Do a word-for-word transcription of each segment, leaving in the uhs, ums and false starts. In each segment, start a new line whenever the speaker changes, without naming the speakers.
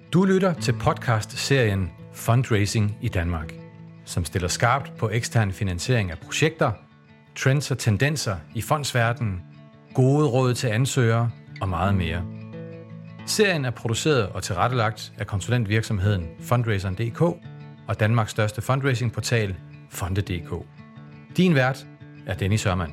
Du lytter til podcast-serien Fundraising i Danmark, som stiller skarpt på ekstern finansiering af projekter, trends og tendenser i fondsverdenen, gode råd til ansøgere og meget mere. Serien er produceret og tilrettelagt af konsulentvirksomheden Fundraiseren punktum d k og Danmarks største fundraisingportal Fonde punktum d k. Din vært er Dennis Hørmann.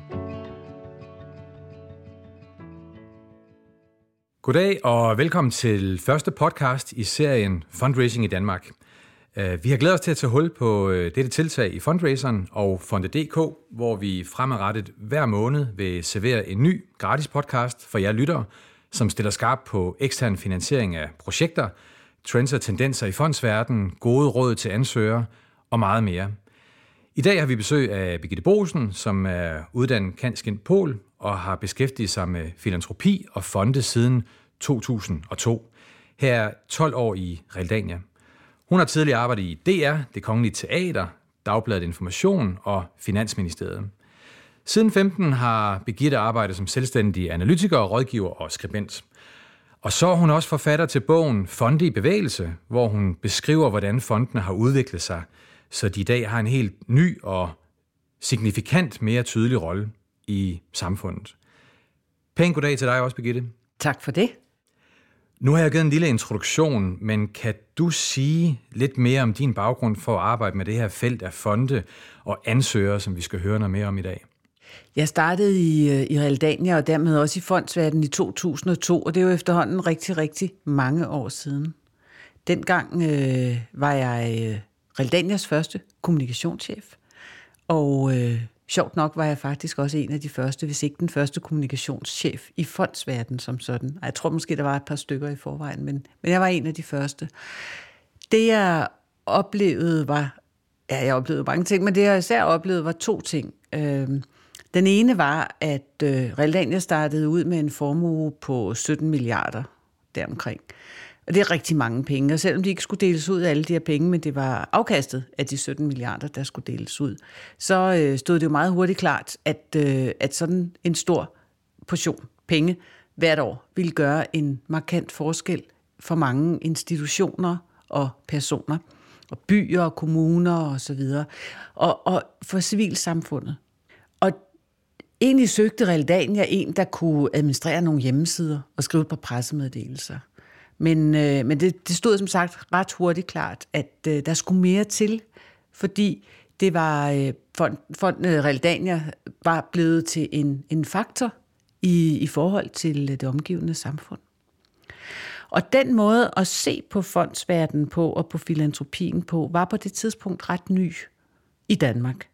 Goddag og velkommen til første podcast i serien Fundraising i Danmark. Vi har glædet os til at tage hul på dette tiltag i Fundraiseren og Fonde punktum d k, hvor vi fremadrettet hver måned vil servere en ny gratis podcast for jer lyttere, som stiller skarpt på ekstern finansiering af projekter, trends og tendenser i fondsverdenen, gode råd til ansøgere og meget mere. I dag har vi besøg af Birgitte Boesen, som er uddannet cand.scient. Pol og har beskæftiget sig med filantropi og fonde siden to tusind og to. Her er tolv år i Realdania. Hun har tidligere arbejdet i D R, Det Kongelige Teater, Dagbladet Information og Finansministeriet. Siden femten har Birgitte arbejdet som selvstændig analytiker, rådgiver og skribent. Og så er hun også forfatter til bogen Fonde i bevægelse, hvor hun beskriver, hvordan fondene har udviklet sig, så de i dag har en helt ny og signifikant mere tydelig rolle i samfundet. Pæn goddag til dig også, Birgitte.
Tak for det.
Nu har jeg givet en lille introduktion, men kan du sige lidt mere om din baggrund for at arbejde med det her felt af fonde og ansøgere, som vi skal høre noget mere om i dag?
Jeg startede i, i Realdania og dermed også i fondsverdenen i to tusind og to, og det er jo efterhånden rigtig, rigtig mange år siden. Dengang øh, var jeg øh, Realdanias første kommunikationschef, og øh, sjovt nok var jeg faktisk også en af de første, hvis ikke den første kommunikationschef i fondsverdenen som sådan. Jeg tror måske, der var et par stykker i forvejen, men, men jeg var en af de første. Det jeg oplevede var, ja, jeg oplevede mange ting, men det jeg især oplevede var to ting. Øh, Den ene var, at øh, Realdania startede ud med en formue på sytten milliarder deromkring. Og det er rigtig mange penge, og selvom de ikke skulle deles ud af alle de her penge, men det var afkastet af de sytten milliarder, der skulle deles ud, så øh, stod det jo meget hurtigt klart, at, øh, at sådan en stor portion penge hvert år ville gøre en markant forskel for mange institutioner og personer, og byer og kommuner og så videre, og, og for civilsamfundet. Og egentlig søgte Realdania en, der kunne administrere nogle hjemmesider og skrive et par pressemeddelelser. Men, øh, men det, det stod som sagt ret hurtigt klart, at øh, der skulle mere til, fordi det var øh, fond, fond, øh, Realdania var blevet til en, en faktor i, i forhold til det omgivende samfund. Og den måde at se på fondsverdenen på og på filantropien på, var på det tidspunkt ret ny i Danmark.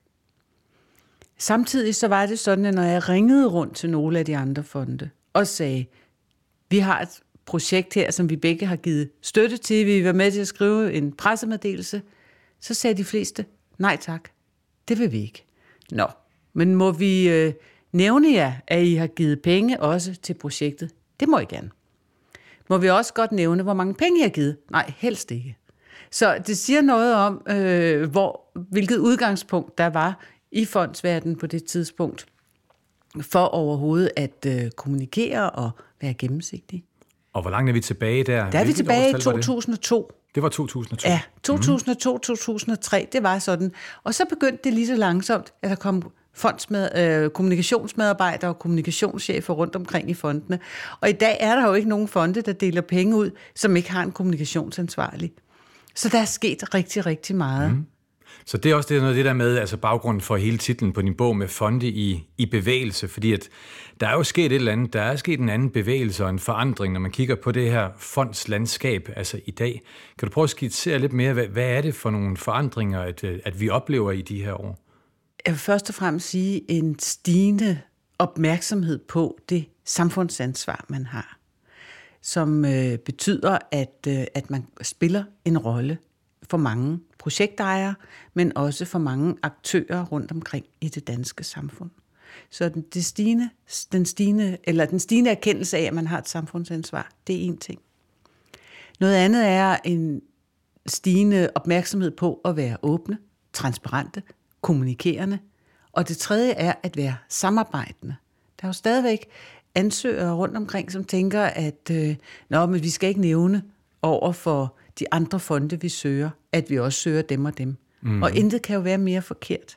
Samtidig så var det sådan, at når jeg ringede rundt til nogle af de andre fonde og sagde, vi har et projekt her, som vi begge har givet støtte til, vi vil være med til at skrive en pressemeddelelse, så sagde de fleste, nej tak, det vil vi ikke. Nå, men må vi øh, nævne jer, at I har givet penge også til projektet? Det må I gerne. Må vi også godt nævne, hvor mange penge I har givet? Nej, helst ikke. Så det siger noget om, øh, hvor, hvilket udgangspunkt der var i fondsverdenen på det tidspunkt, for overhovedet at øh, kommunikere og være gennemsigtig.
Og hvor langt er vi tilbage der?
Der er vi tilbage i to tusind og to.
Det? det var to tusind og to?
Ja, to tusind og to til to tusind og tre, det var sådan. Og så begyndte det lige så langsomt, at der kom fondsmed, øh, kommunikationsmedarbejdere og kommunikationschefer rundt omkring i fondene. Og i dag er der jo ikke nogen fonde, der deler penge ud, som ikke har en kommunikationsansvarlig. Så der er sket rigtig, rigtig meget. Mm.
Så det er også det, noget det der med, altså baggrunden for hele titlen på din bog med fonde i, i bevægelse, fordi at der er jo sket et eller andet, der er sket en anden bevægelse og en forandring, når man kigger på det her fondslandskab, altså i dag. Kan du prøve at skitsere lidt mere, hvad, hvad er det for nogle forandringer, at, at vi oplever i de her år?
Jeg vil først og fremmest sige en stigende opmærksomhed på det samfundsansvar, man har, som øh, betyder, at, øh, at man spiller en rolle for mange projektejere, men også for mange aktører rundt omkring i det danske samfund. Så den, det stigende, den, stigende, eller den stigende erkendelse af, at man har et samfundsansvar, det er en ting. Noget andet er en stigende opmærksomhed på at være åbne, transparente, kommunikerende. Og det tredje er at være samarbejdende. Der er jo stadigvæk ansøgere rundt omkring, som tænker, at øh, nå, men vi skal ikke nævne over for de andre fonde, vi søger, at vi også søger dem og dem. Mm. Og intet kan jo være mere forkert.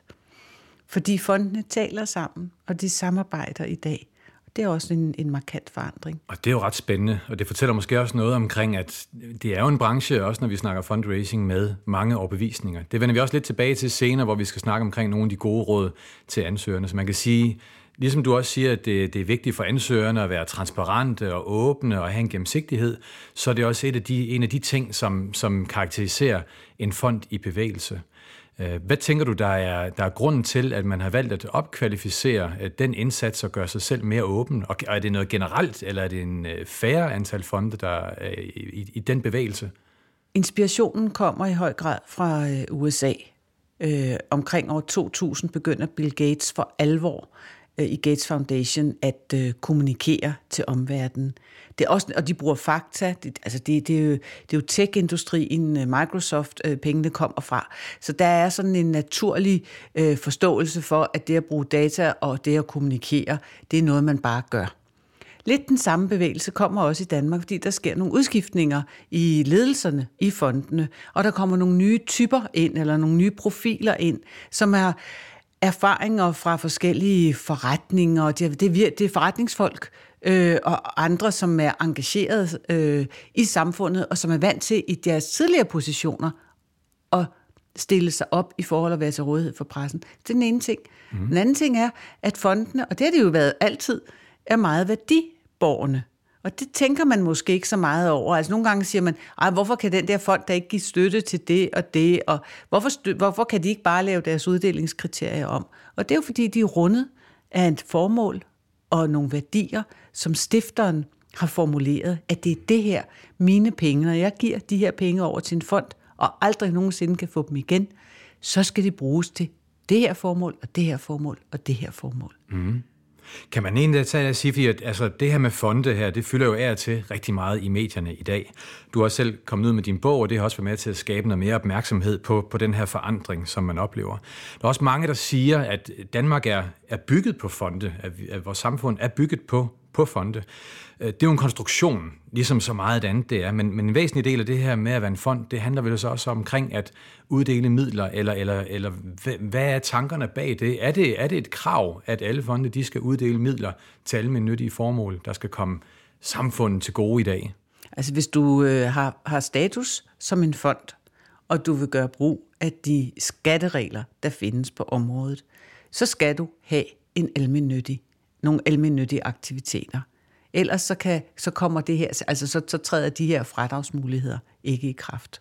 Fordi fondene taler sammen, og de samarbejder i dag. Det er også en, en markant forandring.
Og det er jo ret spændende, og det fortæller måske også noget omkring, at det er jo en branche, også når vi snakker fundraising, med mange overbevisninger. Det vender vi også lidt tilbage til senere, hvor vi skal snakke omkring nogle af de gode råd til ansøgerne. Så man kan sige, ligesom du også siger, at det, det er vigtigt for ansøgerne at være transparente og åbne og have en gennemsigtighed, så er det også et af de, en af de ting, som, som karakteriserer en fond i bevægelse. Hvad tænker du, der er, der er grunden til, at man har valgt at opkvalificere den indsats og gøre sig selv mere åben? Og er det noget generelt, eller er det en færre antal fonde, der er i, i den bevægelse?
Inspirationen kommer i høj grad fra U S A. Øh, omkring år to tusind begynder Bill Gates for alvor øh, i Gates Foundation at øh, kommunikere til omverdenen. Det er også, og de bruger fakta. Det, altså det, det, er jo, det er jo tech-industrien, Microsoft, øh, pengene kommer fra. Så der er sådan en naturlig øh, forståelse for, at det at bruge data og det at kommunikere, det er noget, man bare gør. Lidt den samme bevægelse kommer også i Danmark, fordi der sker nogle udskiftninger i ledelserne i fondene, og der kommer nogle nye typer ind, eller nogle nye profiler ind, som er erfaringer fra forskellige forretninger. Det er, det er forretningsfolk øh, og andre, som er engageret øh, i samfundet, og som er vant til i deres tidligere positioner at stille sig op i forhold at være til rådighed for pressen. Det er den ene ting. Mm. Den anden ting er, at fondene, og det har det jo været altid, er meget værdiborgerne. Og det tænker man måske ikke så meget over. Altså nogle gange siger man, ej, hvorfor kan den der fond der ikke give støtte til det og det, og hvorfor, stø- hvorfor kan de ikke bare lave deres uddelingskriterier om? Og det er jo fordi, de er rundet af et formål og nogle værdier, som stifteren har formuleret, at det er det her, mine penge, når jeg giver de her penge over til en fond, og aldrig nogensinde kan få dem igen, så skal de bruges til det her formål, og det her formål, og det her formål.
Mm. Kan man egentlig tage og sige, at altså, det her med fonde her, det fylder jo af og til rigtig meget i medierne i dag. Du har selv kommet ud med din bog, og det har også været med til at skabe noget mere opmærksomhed på, på den her forandring, som man oplever. Der er også mange, der siger, at Danmark er, er bygget på fonde, at, at vores samfund er bygget på, på fonde. Det er jo en konstruktion, ligesom så meget andet det er, men, men en væsentlig del af det her med at være en fond, det handler vel så også omkring at uddele midler, eller, eller, eller hvad er tankerne bag det? Er det, er det et krav, at alle fonde de skal uddele midler til almennyttige formål, der skal komme samfundet til gode i dag?
Altså hvis du øh, har, har status som en fond, og du vil gøre brug af de skatteregler, der findes på området, så skal du have en almennyttig, nogle almennyttige aktiviteter. Ellers så, kan, så kommer det her, altså så, så træder de her fradragsmuligheder ikke i kraft.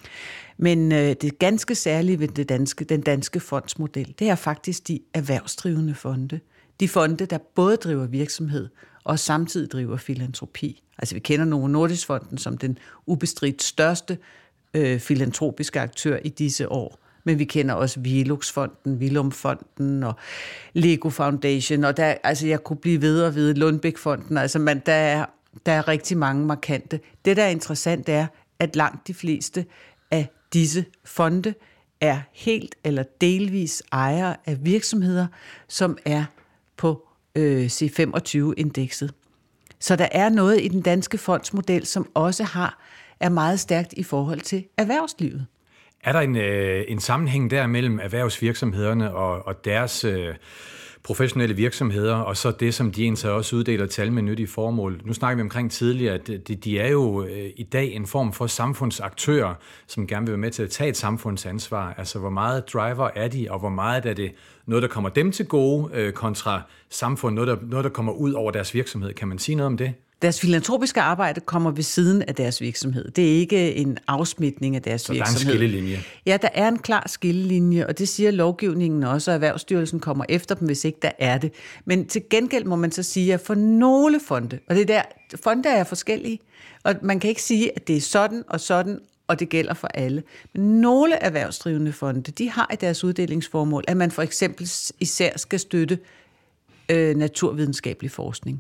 Men øh, det ganske særlige ved det danske, den danske fondsmodel, det er faktisk de erhvervsdrivende fonde. De fonde, der både driver virksomhed og samtidig driver filantropi. Altså vi kender Novo Nordisk-fonden som den ubestridt største øh, filantropiske aktør i disse år. Men vi kender også Velux-fonden, Vilum-fonden og Lego Foundation, og der, altså jeg kunne blive ved og ved, Lundbæk-fonden, altså man, der, er, der er rigtig mange markante. Det, der er interessant, er, at langt de fleste af disse fonde er helt eller delvis ejere af virksomheder, som er på øh, C femogtyve-indekset. Så der er noget i den danske fondsmodel, som også har, er meget stærkt i forhold til erhvervslivet.
Er der en, øh, en sammenhæng der mellem erhvervsvirksomhederne og, og deres øh, professionelle virksomheder, og så det, som de egentlig også uddeler til almennyttige formål? Nu snakker vi omkring tidligere, at de, de er jo øh, i dag en form for samfundsaktører, som gerne vil være med til at tage et samfundsansvar. Altså, hvor meget driver er de, og hvor meget er det noget, der kommer dem til gode, øh, kontra samfund, noget der, noget, der kommer ud over deres virksomhed? Kan man sige noget om det?
Deres filantropiske arbejde kommer ved siden af deres virksomhed. Det er ikke en afsmitning af deres
så
virksomhed.
Så der er en skillelinje?
Ja, der er en klar skillelinje, og det siger lovgivningen også, og Erhvervsstyrelsen kommer efter dem, hvis ikke der er det. Men til gengæld må man så sige, at for nogle fonde, og det er der, fonde er forskellige, og man kan ikke sige, at det er sådan og sådan, og det gælder for alle. Men nogle erhvervsdrivende fonde, de har i deres uddelingsformål, at man for eksempel især skal støtte øh, naturvidenskabelig forskning.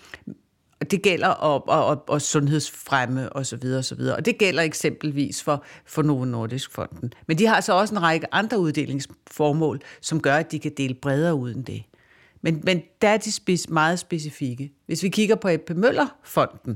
Det gælder og, og, og, og sundhedsfremme og så videre og så videre. Og det gælder eksempelvis for, for Novo Nordisk-fonden. Men de har så også en række andre uddelingsformål, som gør, at de kan dele bredere ud end det. Men, men der er de spes, meget specifikke. Hvis vi kigger på A P Møller-fonden,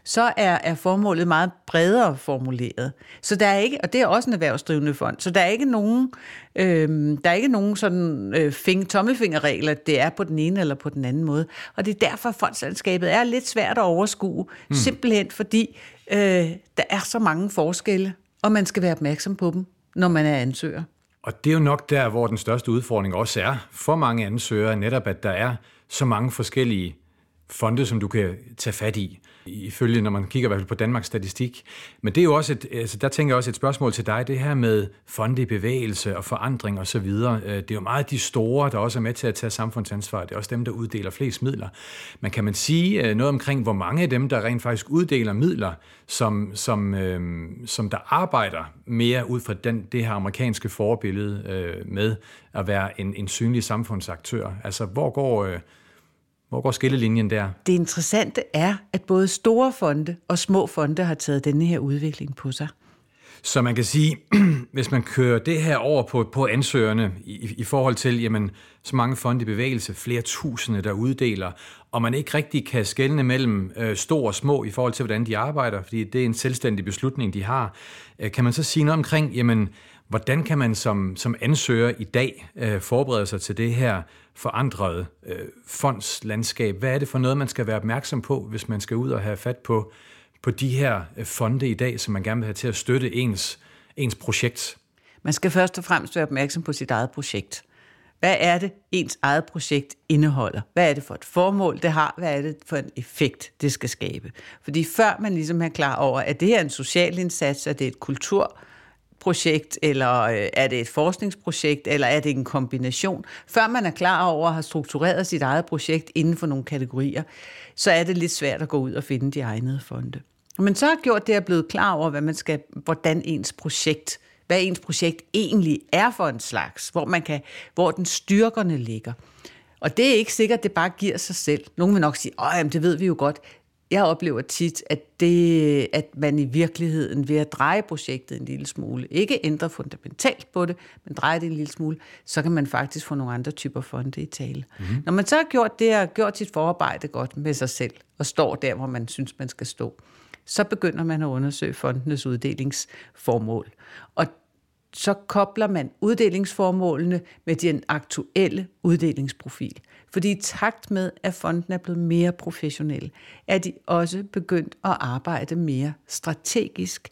så er, er formålet meget bredere formuleret. Så der er ikke, og det er også en erhvervsdrivende fond, så der er ikke nogen, øh, der er ikke nogen sådan øh, fing, tommelfingerregler, det er på den ene eller på den anden måde. Og det er derfor, fondslandskabet er lidt svært at overskue, mm. simpelthen fordi øh, der er så mange forskelle, og man skal være opmærksom på dem, når man er ansøger.
Og det er jo nok der, hvor den største udfordring også er for mange ansøgere, netop at der er så mange forskellige fonde, som du kan tage fat i, ifølge når man kigger i hvert fald på Danmarks Statistik. Men det er jo også et, altså der tænker jeg også et spørgsmål til dig, det her med fonde i bevægelse og forandring og så videre. Det er jo meget de store, der også er med til at tage samfundsansvar. Det er også dem, der uddeler flest midler. Men kan man sige noget omkring, hvor mange af dem, der rent faktisk uddeler midler, som, som, øh, som der arbejder mere ud fra den, det her amerikanske forbillede øh, med at være en, en synlig samfundsaktør? Altså, hvor går... Øh, Hvor går skillelinjen der?
Det interessante er, at både store fonde og små fonde har taget denne her udvikling på sig.
Så man kan sige, hvis man kører det her over på, på ansøgerne i, i forhold til, jamen, så mange fonde i bevægelse, flere tusinde, der uddeler, og man ikke rigtig kan skelne mellem øh, store og små i forhold til, hvordan de arbejder, fordi det er en selvstændig beslutning, de har. Øh, kan man så sige noget omkring, jamen, hvordan kan man som, som ansøger i dag øh, forberede sig til det her forandrede øh, fondslandskab? Hvad er det for noget, man skal være opmærksom på, hvis man skal ud og have fat på, på de her fonde i dag, som man gerne vil have til at støtte ens, ens projekt?
Man skal først og fremmest være opmærksom på sit eget projekt. Hvad er det, ens eget projekt indeholder? Hvad er det for et formål, det har? Hvad er det for en effekt, det skal skabe? Fordi før man ligesom er klar over, at det her er en social indsats, at det er et kultur projekt, eller er det et forskningsprojekt, eller er det en kombination? Før man er klar over at have struktureret sit eget projekt inden for nogle kategorier, så er det lidt svært at gå ud og finde de egnede fonde. Men så har gjort det at blive klar over, hvad man skal, hvordan ens projekt, hvad ens projekt egentlig er for en slags, hvor man kan, hvor den styrkerne ligger. Og det er ikke sikkert, at det bare giver sig selv. Nogle vil nok sige, åh, jamen, det ved vi jo godt. Jeg oplever tit, at, det, at man i virkeligheden ved at dreje projektet en lille smule, ikke ændre fundamentalt på det, men dreje det en lille smule, så kan man faktisk få nogle andre typer fonde i tale. Mm-hmm. Når man så har gjort det, og gjort sit forarbejde godt med sig selv, og står der, hvor man synes, man skal stå, så begynder man at undersøge fondenes uddelingsformål. Og så kobler man uddelingsformålene med den aktuelle uddelingsprofil. Fordi i takt med, at fonden er blevet mere professionelle, er de også begyndt at arbejde mere strategisk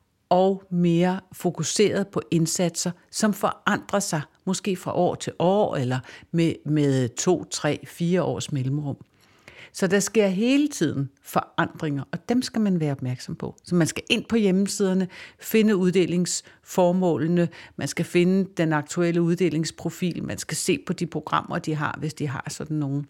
og mere fokuseret på indsatser, som forandrer sig, måske fra år til år, eller med, med to, tre, fire års mellemrum. Så der sker hele tiden forandringer, og dem skal man være opmærksom på. Så man skal ind på hjemmesiderne, finde uddelingsformålene, man skal finde den aktuelle uddelingsprofil, man skal se på de programmer, de har, hvis de har sådan nogle,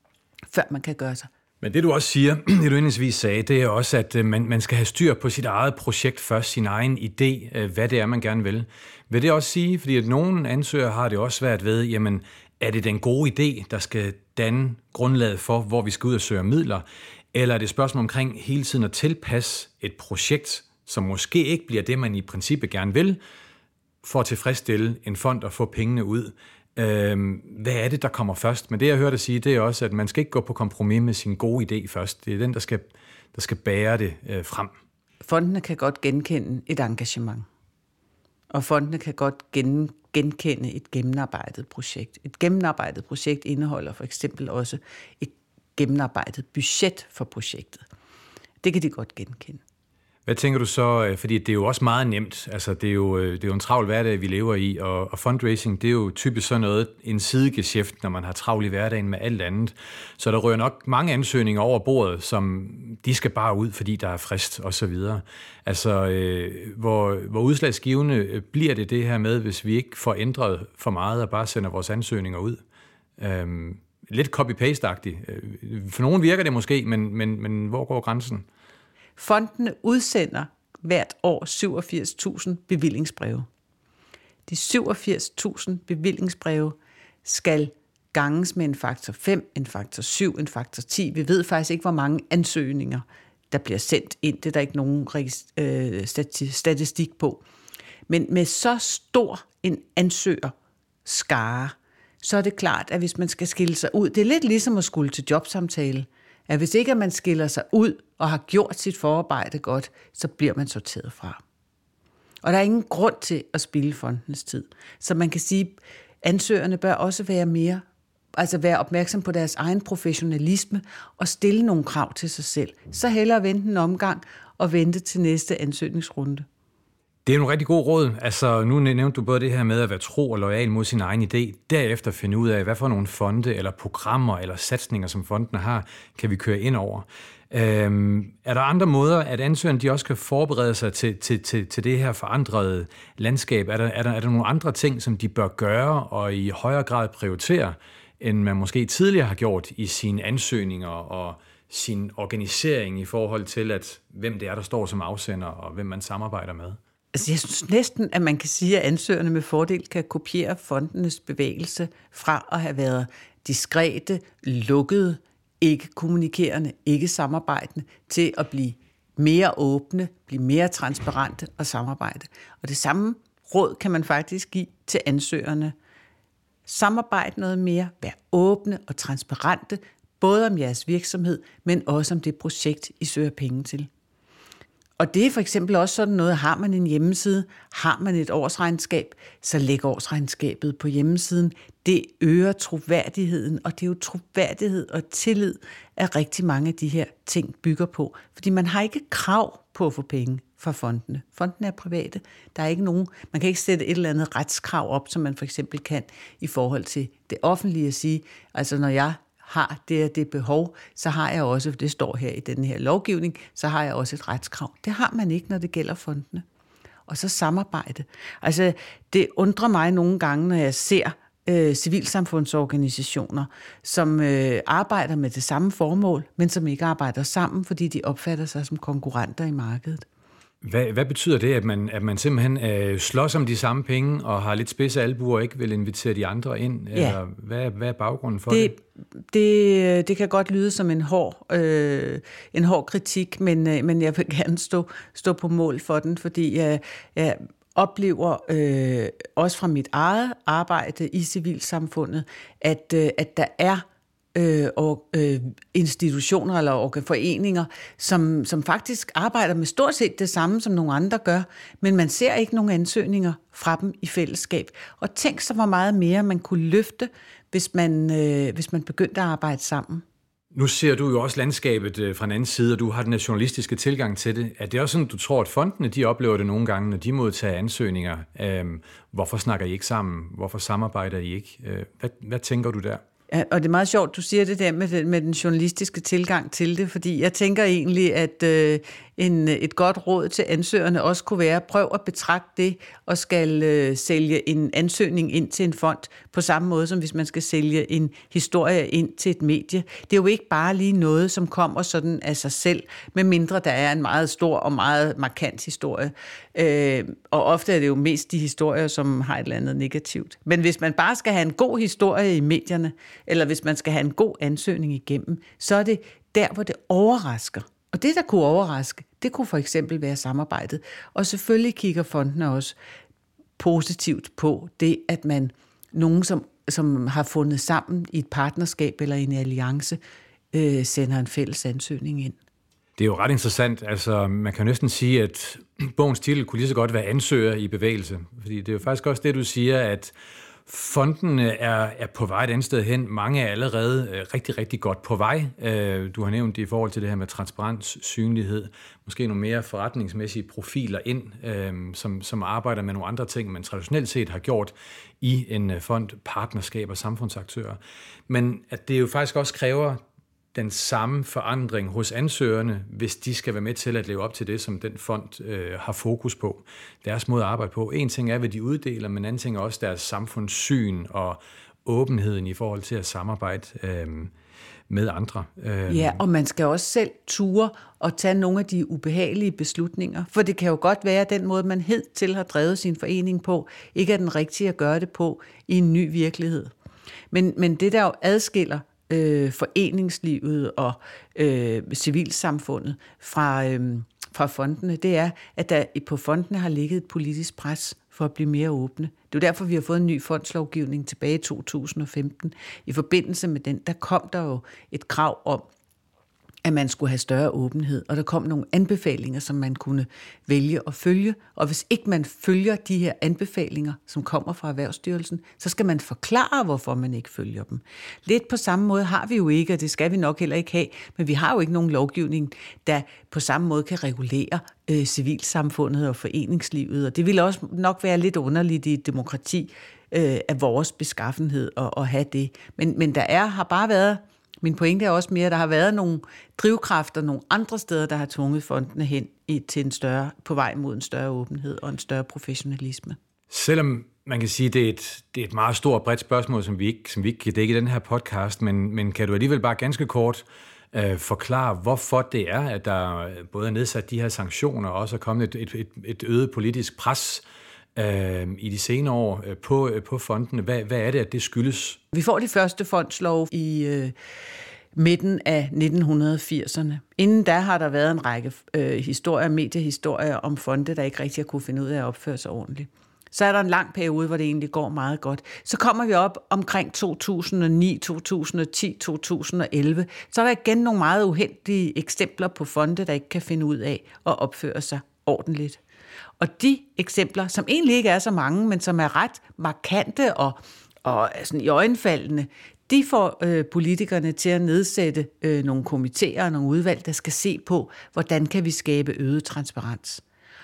før man kan gøre sig. Men
det du også siger, det du indledningsvis sagde, det er også, at man, man skal have styr på sit eget projekt først, sin egen idé, hvad det er, man gerne vil. Vil det også sige, fordi at nogle ansøgere har det også svært ved, jamen, er det den gode idé, der skal danne grundlaget for, hvor vi skal ud og søge midler? Eller er det et spørgsmål omkring hele tiden at tilpasse et projekt, som måske ikke bliver det, man i princippet gerne vil, for at tilfredsstille en fond og få pengene ud? Øhm, hvad er det, der kommer først? Men det, jeg hørte dig sige, det er også, at man skal ikke gå på kompromis med sin gode idé først. Det er den, der skal, der skal bære det øh, frem. Fondene kan godt genkende et engagement. Og fondene kan godt gen, genkende et gennemarbejdet projekt. Et gennemarbejdet projekt indeholder for eksempel også et gennemarbejdet budget for projektet. Det kan de godt genkende. Hvad tænker du så, fordi det er jo også meget nemt, altså det er jo, det er jo en travl hverdag, vi lever i, og, og fundraising, det er jo typisk sådan noget, en sidegeschæft, når man har travlt i hverdagen med alt andet. Så der rører nok mange ansøgninger over bordet, som de skal bare ud, fordi der er frist og så videre. Altså, øh, hvor, hvor udslagsgivende bliver det det her med, hvis vi ikke får ændret for meget og bare sender vores ansøgninger ud? Øhm, lidt copy-paste-agtigt. For nogen virker det måske, men, men, men hvor går grænsen? Fondene udsender hvert år syvogfirs tusind bevillingsbreve. De syvogfirs tusind bevillingsbreve skal ganges med en faktor fem, en faktor syv, en faktor ti. Vi ved faktisk ikke, hvor mange ansøgninger, der bliver sendt ind. Det er der ikke nogen øh, statistik på. Men med så stor en ansøgerskare, så er det klart, at hvis man skal skille sig ud, det er lidt ligesom at skulle til jobsamtale.
at hvis ikke man skiller sig ud og har gjort sit forarbejde godt, så bliver man sorteret fra. Og der er ingen grund til at spilde fondenes tid. Så man kan sige, at ansøgerne bør også være mere, altså være opmærksom på deres egen professionalisme og stille nogle krav til sig selv. Så hellere vente en omgang og vente til næste ansøgningsrunde.
Det er en rigtig god råd. Altså, nu nævnte du både det her med at være tro og lojal mod sin egen idé. Derefter finde ud af, hvad for nogle fonde eller programmer eller satsninger, som fondene har, kan vi køre ind over. Øhm, er der andre måder, at ansøgerne de også kan forberede sig til, til, til, til det her forandrede landskab? Er der, er, der, er der nogle andre ting, som de bør gøre og i højere grad prioritere, end man måske tidligere har gjort i sine ansøgninger og sin organisering i forhold til, at hvem det er, der står som afsender og hvem man samarbejder med?
Altså, jeg synes næsten, at man kan sige, at ansøgerne med fordel kan kopiere fondenes bevægelse fra at have været diskrete, lukkede, ikke kommunikerende, ikke samarbejdende, til at blive mere åbne, blive mere transparente og samarbejde. Og det samme råd kan man faktisk give til ansøgerne. Samarbejde noget mere, vær åbne og transparente, både om jeres virksomhed, men også om det projekt, I søger penge til. Og det er for eksempel også sådan noget, har man en hjemmeside, har man et årsregnskab, så læg årsregnskabet på hjemmesiden. Det øger troværdigheden, og det er jo troværdighed og tillid, at rigtig mange af de her ting bygger på. Fordi man har ikke krav på at få penge fra fondene. Fondene er private. Der er ikke nogen, man kan ikke sætte et eller andet retskrav op, som man for eksempel kan i forhold til det offentlige at sige, altså når jeg har det og det behov, så har jeg også, det står her i den her lovgivning, så har jeg også et retskrav. Det har man ikke, når det gælder fondene. Og så samarbejde. Altså, det undrer mig nogle gange, når jeg ser øh, civilsamfundsorganisationer, som øh, arbejder med det samme formål, men som ikke arbejder sammen, fordi de opfatter sig som konkurrenter i markedet.
Hvad, hvad betyder det, at man, at man simpelthen øh, slås om de samme penge og har lidt spidse albuer og ikke vil invitere de andre ind?
Ja.
Eller hvad, hvad er baggrunden for
det?
Det,
det, det kan godt lyde som en hård, øh, en hård kritik, men, øh, men jeg vil gerne stå, stå på mål for den, fordi jeg, jeg oplever øh, også fra mit eget arbejde i civilsamfundet, at, øh, at der er Øh, og øh, institutioner eller foreninger, som, som faktisk arbejder med stort set det samme, som nogle andre gør, men man ser ikke nogen ansøgninger fra dem i fællesskab. Og tænk så, hvor meget mere man kunne løfte, hvis man, øh, hvis man begyndte at arbejde sammen.
Nu ser du jo også landskabet fra en anden side, og du har den journalistiske tilgang til det. Er det også sådan, du tror, at fondene de oplever det nogle gange, når de modtager ansøgninger? Øhm, hvorfor snakker I ikke sammen? Hvorfor samarbejder I ikke? Øh, hvad, hvad tænker du der?
Ja, og det er meget sjovt, du siger det der med den, med den journalistiske tilgang til det, fordi jeg tænker egentlig, at øh, en, et godt råd til ansøgerne også kunne være, prøv at betragte det og skal øh, sælge en ansøgning ind til en fond på samme måde, som hvis man skal sælge en historie ind til et medie. Det er jo ikke bare lige noget, som kommer sådan af sig selv, medmindre der er en meget stor og meget markant historie. Øh, og ofte er det jo mest de historier, som har et eller andet negativt. Men hvis man bare skal have en god historie i medierne, eller hvis man skal have en god ansøgning igennem, så er det der, hvor det overrasker. Og det, der kunne overraske, det kunne for eksempel være samarbejdet. Og selvfølgelig kigger fondene også positivt på det, at man, nogen som, som har fundet sammen i et partnerskab eller en alliance, øh, sender en fælles ansøgning ind.
Det er jo ret interessant. Altså, man kan næsten sige, at bogens titel kunne lige så godt være ansøger i bevægelse. Fordi det er jo faktisk også det, du siger, at fondene er, er på vej et andet sted hen. Mange er allerede øh, rigtig, rigtig godt på vej. Øh, du har nævnt det i forhold til det her med transparens, synlighed, måske nogle mere forretningsmæssige profiler ind, øh, som, som arbejder med nogle andre ting, man traditionelt set har gjort i en øh, fond, partnerskab og samfundsaktører. Men at det jo faktisk også kræver den samme forandring hos ansøgerne, hvis de skal være med til at leve op til det, som den fond øh, har fokus på. Deres måde at arbejde på. En ting er, hvad de uddeler, men en anden ting er også deres samfundssyn og åbenheden i forhold til at samarbejde øh, med andre. Øh.
Ja, og man skal også selv ture og tage nogle af de ubehagelige beslutninger. For det kan jo godt være, at den måde, man hidtil har drevet sin forening på, ikke er den rigtige at gøre det på i en ny virkelighed. Men, men det, der jo adskiller Øh, foreningslivet og øh, civilsamfundet fra, øh, fra fondene, det er, at der på fondene har ligget et politisk pres for at blive mere åbne. Det er jo derfor, vi har fået en ny fondslovgivning tilbage i to tusind og femten. I forbindelse med den, der kom der jo et krav om, at man skulle have større åbenhed, og der kom nogle anbefalinger, som man kunne vælge at følge, og hvis ikke man følger de her anbefalinger, som kommer fra Erhvervsstyrelsen, så skal man forklare, hvorfor man ikke følger dem. Lidt på samme måde har vi jo ikke, og det skal vi nok heller ikke have, men vi har jo ikke nogen lovgivning, der på samme måde kan regulere øh, civilsamfundet og foreningslivet, og det vil også nok være lidt underligt i et demokrati øh, af vores beskaffenhed at, at have det. Men, men der er, har bare været Min pointe er også mere, at der har været nogle drivkræfter nogle andre steder, der har tvunget fondene hen i, til en større, på vej mod en større åbenhed og en større professionalisme.
Selvom man kan sige, at det er et, det er et meget stort og bredt spørgsmål, som vi ikke, som vi ikke kan dække i den her podcast, men, men kan du alligevel bare ganske kort øh, forklare, hvorfor det er, at der både er nedsat de her sanktioner, og også er kommet et, et, et øget politisk pres øh, i de senere år øh, på, øh, på fondene. Hvad, hvad er det, at det skyldes?
Vi får de første fondslov i øh, midten af nitten firserne. Inden da har der været en række øh, historier, mediehistorier om fonde, der ikke rigtig har kunne finde ud af at opføre sig ordentligt. Så er der en lang periode, hvor det egentlig går meget godt. Så kommer vi op omkring to tusind og ni, to tusind og ti, to tusind og elleve. Så er der igen nogle meget uheldige eksempler på fonde, der ikke kan finde ud af at opføre sig ordentligt. Og de eksempler, som egentlig ikke er så mange, men som er ret markante og, og sådan i øjenfaldende, de får øh, politikerne til at nedsætte øh, nogle komitéer og nogle udvalg, der skal se på, hvordan kan vi skabe øget transparens.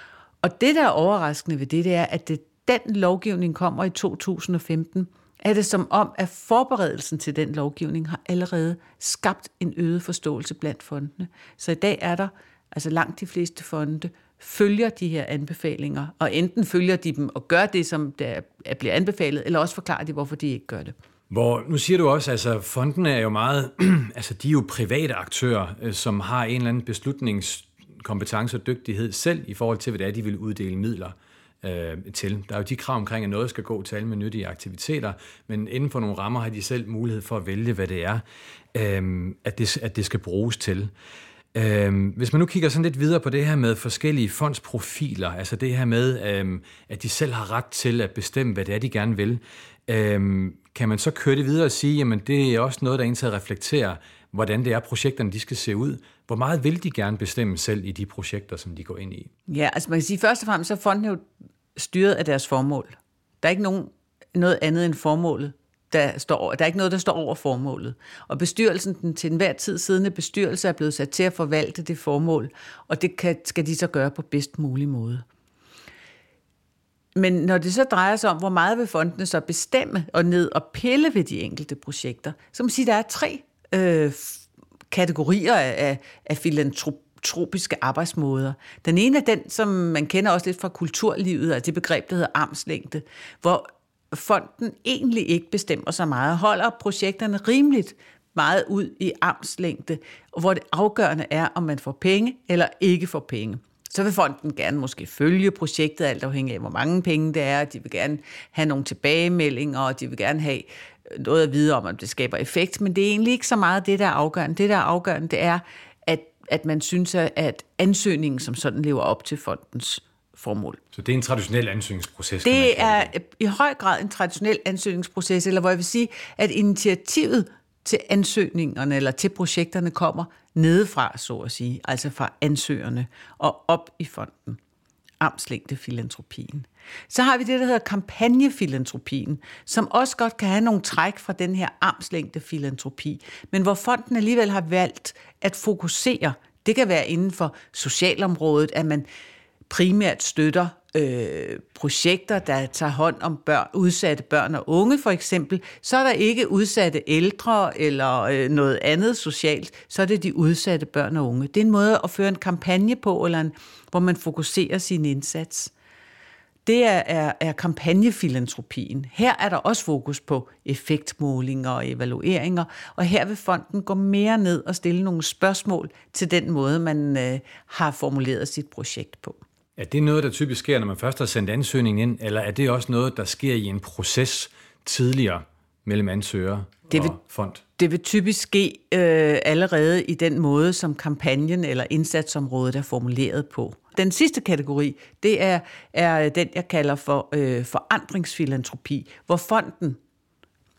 Og det, der er overraskende ved det, det er, at det, den lovgivning kommer i to tusind og femten, er det som om, at forberedelsen til den lovgivning har allerede skabt en øget forståelse blandt fondene. Så i dag er der, altså langt de fleste fonde, følger de her anbefalinger, og enten følger de dem og gør det, som der bliver anbefalet, eller også forklarer de, hvorfor de ikke gør det.
Hvor, nu siger du også, altså fondene er jo meget, altså de er jo private aktører, som har en eller anden beslutningskompetence og dygtighed selv i forhold til, hvad det er, de vil uddele midler øh, til. Der er jo de krav omkring, at noget skal gå til alle med nyttige aktiviteter, men inden for nogle rammer har de selv mulighed for at vælge, hvad det er, øh, at, det, at det skal bruges til. Øhm, hvis man nu kigger sådan lidt videre på det her med forskellige fondsprofiler, altså det her med, øhm, at de selv har ret til at bestemme, hvad det er, de gerne vil, øhm, kan man så køre det videre og sige, jamen det er også noget, der egentlig reflekterer, hvordan det er, projekterne de skal se ud. Hvor meget vil de gerne bestemme selv i de projekter, som de går ind i?
Ja, altså man kan sige, først og fremmest så er fondene jo styret af deres formål. Der er ikke nogen, noget andet end formålet. Der, står, der er ikke noget, der står over formålet. Og bestyrelsen, den til enhver tid siddende bestyrelse, er blevet sat til at forvalte det formål, og det kan, skal de så gøre på bedst mulig måde. Men når det så drejer sig om, hvor meget vil fondene så bestemme og ned og pille ved de enkelte projekter, så må man sige, at der er tre øh, kategorier af, af filantropiske arbejdsmåder. Den ene er den, som man kender også lidt fra kulturlivet, altså det begreb, der hedder armslængde, hvor fonden egentlig ikke bestemmer så meget, holder projekterne rimeligt meget ud i armslængde, hvor det afgørende er, om man får penge eller ikke får penge. Så vil fonden gerne måske følge projektet, alt afhængig af, hvor mange penge det er. De vil gerne have nogle tilbagemeldinger, og de vil gerne have noget at vide om, om det skaber effekt. Men det er egentlig ikke så meget det, der er afgørende. Det, der er afgørende, det er, at, at man synes, at ansøgningen som sådan lever op til fondens formål.
Så det er en traditionel ansøgningsproces?
Det er i høj grad en traditionel ansøgningsproces, eller hvor jeg vil sige, at initiativet til ansøgningerne eller til projekterne kommer nedefra, så at sige, altså fra ansøgerne og op i fonden. Armslængdefilantropien. Så har vi det, der hedder kampagnefilantropien, som også godt kan have nogle træk fra den her armslængdefilantropi, men hvor fonden alligevel har valgt at fokusere. Det kan være inden for socialområdet, at man primært støtter øh, projekter, der tager hånd om børn, udsatte børn og unge for eksempel, så er der ikke udsatte ældre eller øh, noget andet socialt, så er det de udsatte børn og unge. Det er en måde at føre en kampagne på, eller en, hvor man fokuserer sin indsats. Det er, er, er kampagnefilantropien. Her er der også fokus på effektmålinger og evalueringer, og her vil fonden gå mere ned og stille nogle spørgsmål til den måde, man øh, har formuleret sit projekt på.
Er det noget, der typisk sker, når man først har sendt ansøgningen ind, eller er det også noget, der sker i en proces tidligere mellem ansøger
det vil,
og fond?
Det vil typisk ske øh, allerede i den måde, som kampagnen eller indsatsområdet er formuleret på. Den sidste kategori, det er, er den, jeg kalder for øh, forandringsfilantropi, hvor fonden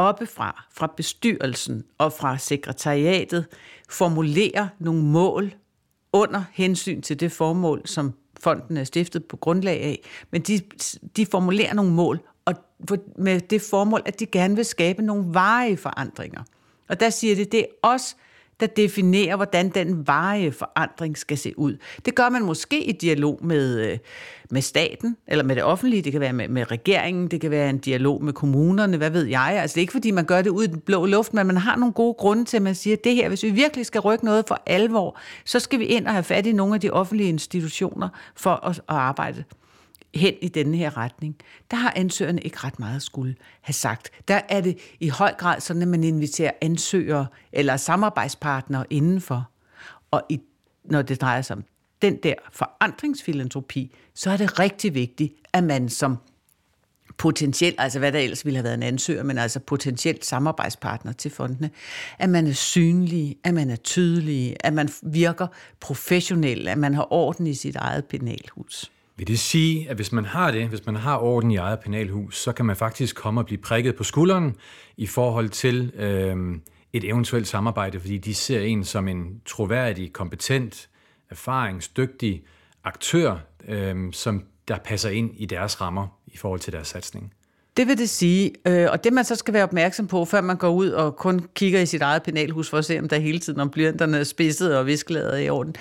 oppefra, fra bestyrelsen og fra sekretariatet, formulerer nogle mål under hensyn til det formål, som fonden er stiftet på grundlag af, men de, de formulerer nogle mål, og med det formål, at de gerne vil skabe nogle varige forandringer. Og der siger det, det er os, der definerer, hvordan den varige forandring skal se ud. Det gør man måske i dialog med, med staten, eller med det offentlige, det kan være med, med regeringen, det kan være en dialog med kommunerne, hvad ved jeg. Altså det er ikke, fordi man gør det ud i den blå luft, men man har nogle gode grunde til, at man siger, at det her, hvis vi virkelig skal rykke noget for alvor, så skal vi ind og have fat i nogle af de offentlige institutioner for at, at arbejde hen i denne her retning. Der har ansøgerne ikke ret meget at skulle have sagt. Der er det i høj grad sådan, at man inviterer ansøgere eller samarbejdspartnere indenfor. Og i, når det drejer sig om den der forandringsfilantropi, så er det rigtig vigtigt, at man som potentielt, altså hvad der ellers ville have været en ansøger, men altså potentielt samarbejdspartner til fondene, at man er synlig, at man er tydelig, at man virker professionel, at man har orden i sit eget penalhus.
Vil det sige, at hvis man har det, hvis man har orden i eget penalhus, så kan man faktisk komme og blive prikket på skulderen i forhold til øh, et eventuelt samarbejde, fordi de ser en som en troværdig, kompetent, erfaringsdygtig aktør, øh, som der passer ind i deres rammer i forhold til deres satsning.
Det vil det sige, og det man så skal være opmærksom på, før man går ud og kun kigger i sit eget penalhus for at se, om der hele tiden om blyanterne er spidset og viskelaget i orden,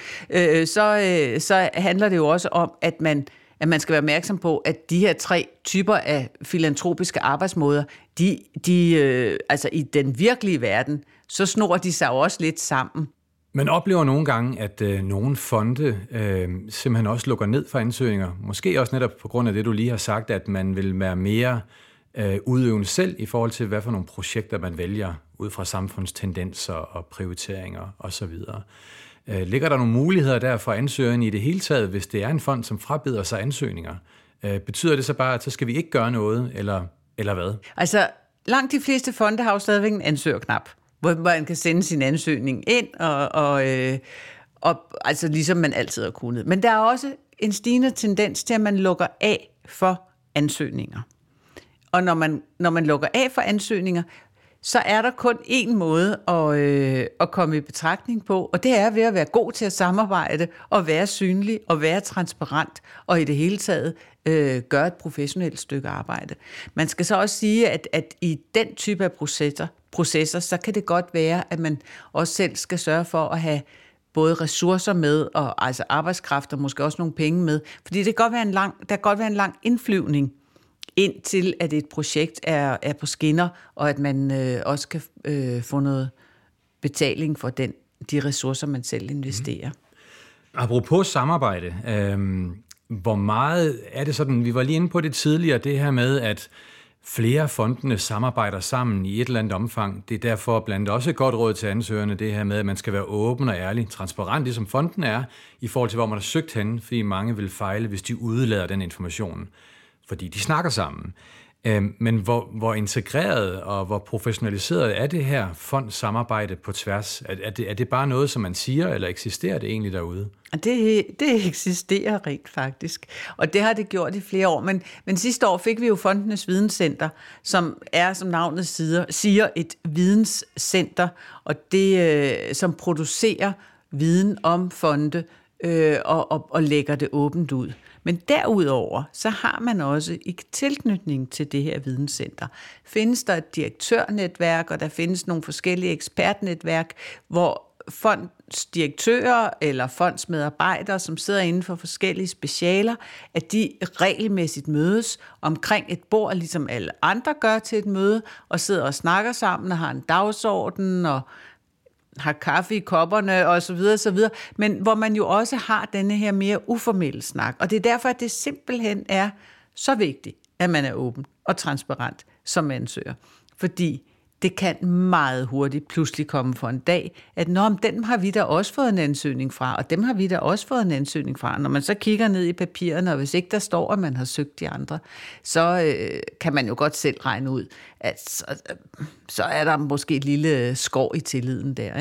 så, så handler det jo også om, at man, at man skal være opmærksom på, at de her tre typer af filantropiske arbejdsmåder, de, de, altså i den virkelige verden, så snor de sig jo også lidt sammen.
Man oplever nogle gange, at øh, nogle fonde øh, simpelthen også lukker ned for ansøgninger. Måske også netop på grund af det, du lige har sagt, at man vil være mere øh, udøvende selv i forhold til, hvad for nogle projekter man vælger ud fra samfundstendenser og prioriteringer osv. Øh, ligger der nogle muligheder der for ansøgeren i det hele taget, hvis det er en fond, som frabeder sig ansøgninger? Øh, betyder det så bare, at så skal vi ikke gøre noget, eller, eller hvad?
Altså, langt de fleste fonde har jo stadigvæk en ansøgerknap, hvor man kan sende sin ansøgning ind, og, og, øh, og altså ligesom man altid har kunnet. Men der er også en stigende tendens til, at man lukker af for ansøgninger. Og når man, når man lukker af for ansøgninger, så er der kun én måde at, øh, at komme i betragtning på, og det er ved at være god til at samarbejde, og være synlig, og være transparent, og i det hele taget øh, gøre et professionelt stykke arbejde. Man skal så også sige, at, at i den type af processer, processer, så kan det godt være, at man også selv skal sørge for at have både ressourcer med, og altså arbejdskraft, og måske også nogle penge med, fordi det kan godt være en lang, der kan godt være en lang indflyvning, indtil at et projekt er, er på skinner, og at man øh, også kan øh, få noget betaling for den, de ressourcer, man selv investerer. Mm.
Apropos samarbejde, øh, hvor meget er det sådan, vi var lige inde på det tidligere, det her med, at flere fondene samarbejder sammen i et eller andet omfang. Det er derfor blandt også et godt råd til ansøgerne, det her med, at man skal være åben og ærlig, transparent, ligesom fonden er, i forhold til, hvor man har søgt hen, fordi mange vil fejle, hvis de udelader den information, fordi de snakker sammen. Men hvor, hvor integreret og hvor professionaliseret er det her fondssamarbejde på tværs? Er, er, det, er det bare noget, som man siger, eller eksisterer det egentlig derude?
Det, det eksisterer rent faktisk, og det har det gjort i flere år. Men, men sidste år fik vi jo Fondenes Videnscenter, som er, som navnet siger, siger et videnscenter, og det øh, som producerer viden om fonde øh, og, og, og lægger det åbent ud. Men derudover, så har man også i tilknytning til det her videnscenter, findes der et direktørnetværk, og der findes nogle forskellige ekspertnetværk, hvor fondsdirektører eller fondsmedarbejdere, som sidder inden for forskellige specialer, at de regelmæssigt mødes omkring et bord, ligesom alle andre gør til et møde, og sidder og snakker sammen og har en dagsorden og har kaffe i kopperne og så videre, så videre, men hvor man jo også har denne her mere uformelle snak. Og det er derfor, at det simpelthen er så vigtigt, at man er åben og transparent som ansøger. Fordi det kan meget hurtigt pludselig komme for en dag, at nå, dem har vi da også fået en ansøgning fra, og dem har vi da også fået en ansøgning fra. Når man så kigger ned i papirerne, og hvis ikke der står, at man har søgt de andre, så øh, kan man jo godt selv regne ud, at så, øh, så er der måske et lille skår i tilliden der, ikke?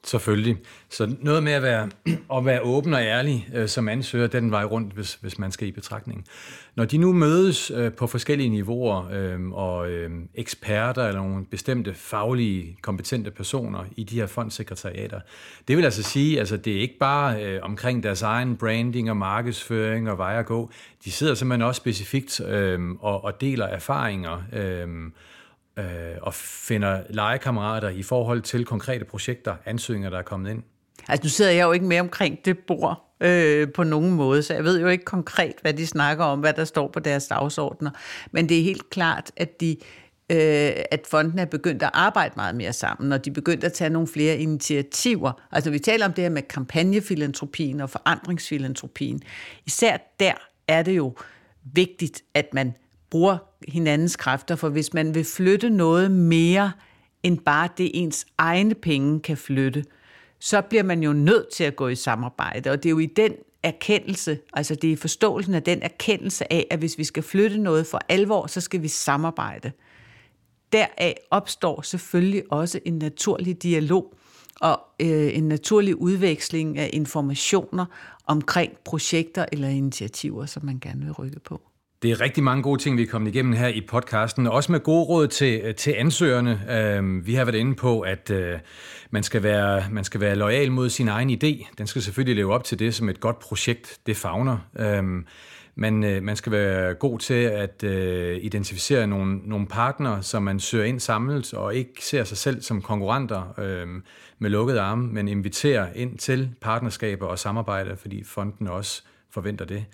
Selvfølgelig. Så noget med at være, at være åben og ærlig øh, som ansøger, den vej rundt, hvis, hvis man skal i betragtning. Når de nu mødes øh, på forskellige niveauer, øh, og øh, eksperter eller nogle bestemte faglige, kompetente personer i de her fondssekretariater, det vil altså sige, altså det er ikke bare øh, omkring deres egen branding og markedsføring og vej at gå. De sidder simpelthen også specifikt øh, og, og deler erfaringer, øh, øh, og finder legekammerater i forhold til konkrete projekter, ansøgninger, der er kommet ind.
Altså nu sidder jeg jo ikke med omkring det bord øh, på nogen måde, så jeg ved jo ikke konkret, hvad de snakker om, hvad der står på deres dagsordner. Men det er helt klart, at de øh, at fondene er begyndt at arbejde meget mere sammen, og de er begyndt at tage nogle flere initiativer. Altså når vi taler om det her med kampagnefilantropien og forandringsfilantropien, især der er det jo vigtigt, at man bruger hinandens kræfter, for hvis man vil flytte noget mere, end bare det ens egne penge kan flytte, så bliver man jo nødt til at gå i samarbejde, og det er jo i den erkendelse, altså det er forståelsen af den erkendelse af, at hvis vi skal flytte noget for alvor, så skal vi samarbejde. Deraf opstår selvfølgelig også en naturlig dialog og øh, en naturlig udveksling af informationer omkring projekter eller initiativer, som man gerne vil rykke på.
Det er rigtig mange gode ting, vi er kommet igennem her i podcasten, også med gode råd til, til ansøgerne. Uh, vi har været inde på, at uh, man, skal være, man skal være loyal mod sin egen idé. Den skal selvfølgelig leve op til det, som et godt projekt det favner. Uh, men uh, man skal være god til at uh, identificere nogle, nogle partnere, som man søger ind samlet, og ikke ser sig selv som konkurrenter uh, med lukkede arme, men inviterer ind til partnerskaber og samarbejder, fordi fonden også forventer det.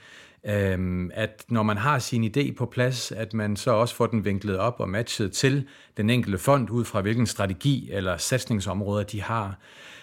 At når man har sin idé på plads, at man så også får den vinklet op og matchet til den enkelte fond ud fra hvilken strategi eller satsningsområder de har.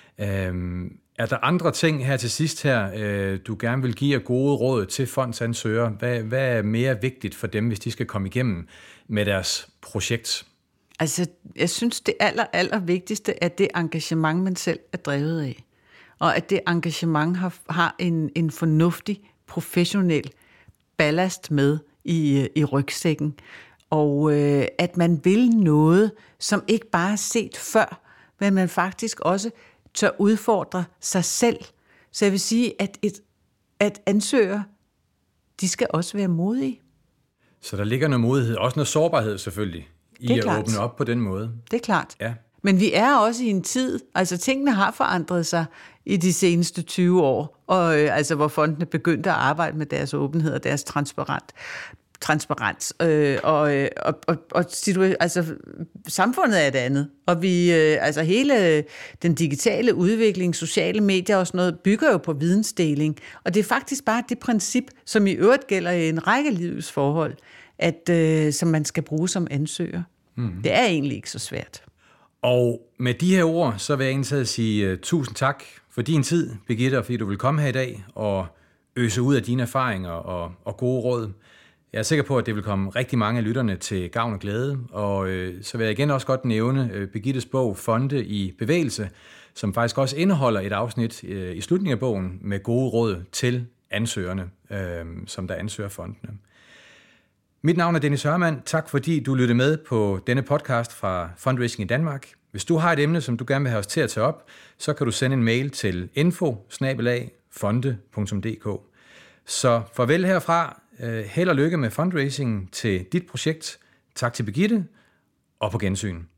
Er der andre ting her til sidst her, du gerne vil give gode råd til fondsansøgere? Hvad, hvad er mere vigtigt for dem, hvis de skal komme igennem med deres projekt?
Altså, jeg synes, det aller, aller vigtigste er det engagement, man selv er drevet af. Og at det engagement har, har en, en fornuftig professionel ballast med i, i rygsækken, og øh, at man vil noget, som ikke bare er set før, men man faktisk også tør udfordre sig selv. Så jeg vil sige, at, et, at ansøgere, de skal også være modige.
Så der ligger noget modighed, også noget sårbarhed selvfølgelig, i at klart. Åbne op på den måde.
Det er klart.
Ja.
Men vi er også i en tid, altså tingene har forandret sig i de seneste tyve år, og øh, altså hvor fondene begyndte at arbejde med deres åbenhed og deres transparent, transparens, øh, og, og, og, og altså, samfundet er et andet, og vi, øh, altså hele den digitale udvikling, sociale medier og sådan noget, bygger jo på vidensdeling, og det er faktisk bare det princip, som i øvrigt gælder i en række livsforhold, at, øh, som man skal bruge som ansøger. Mm. Det er egentlig ikke så svært.
Og med de her ord, så vil jeg egentlig sige uh, tusind tak for din tid, Birgitte, og fordi du vil komme her i dag og øse ud af dine erfaringer og, og gode råd. Jeg er sikker på, at det vil komme rigtig mange af lytterne til gavn og glæde, og uh, så vil jeg igen også godt nævne uh, Birgittes bog Fonde i bevægelse, som faktisk også indeholder et afsnit uh, i slutningen af bogen med gode råd til ansøgerne, uh, som der ansøger fondene. Mit navn er Dennis Hørmann. Tak fordi du lyttede med på denne podcast fra Fundraising i Danmark. Hvis du har et emne, som du gerne vil have os til at tage op, så kan du sende en mail til info bindestreg fonde punktum d k. Så farvel herfra. Held og lykke med fundraising til dit projekt. Tak til Birgitte, og på gensyn.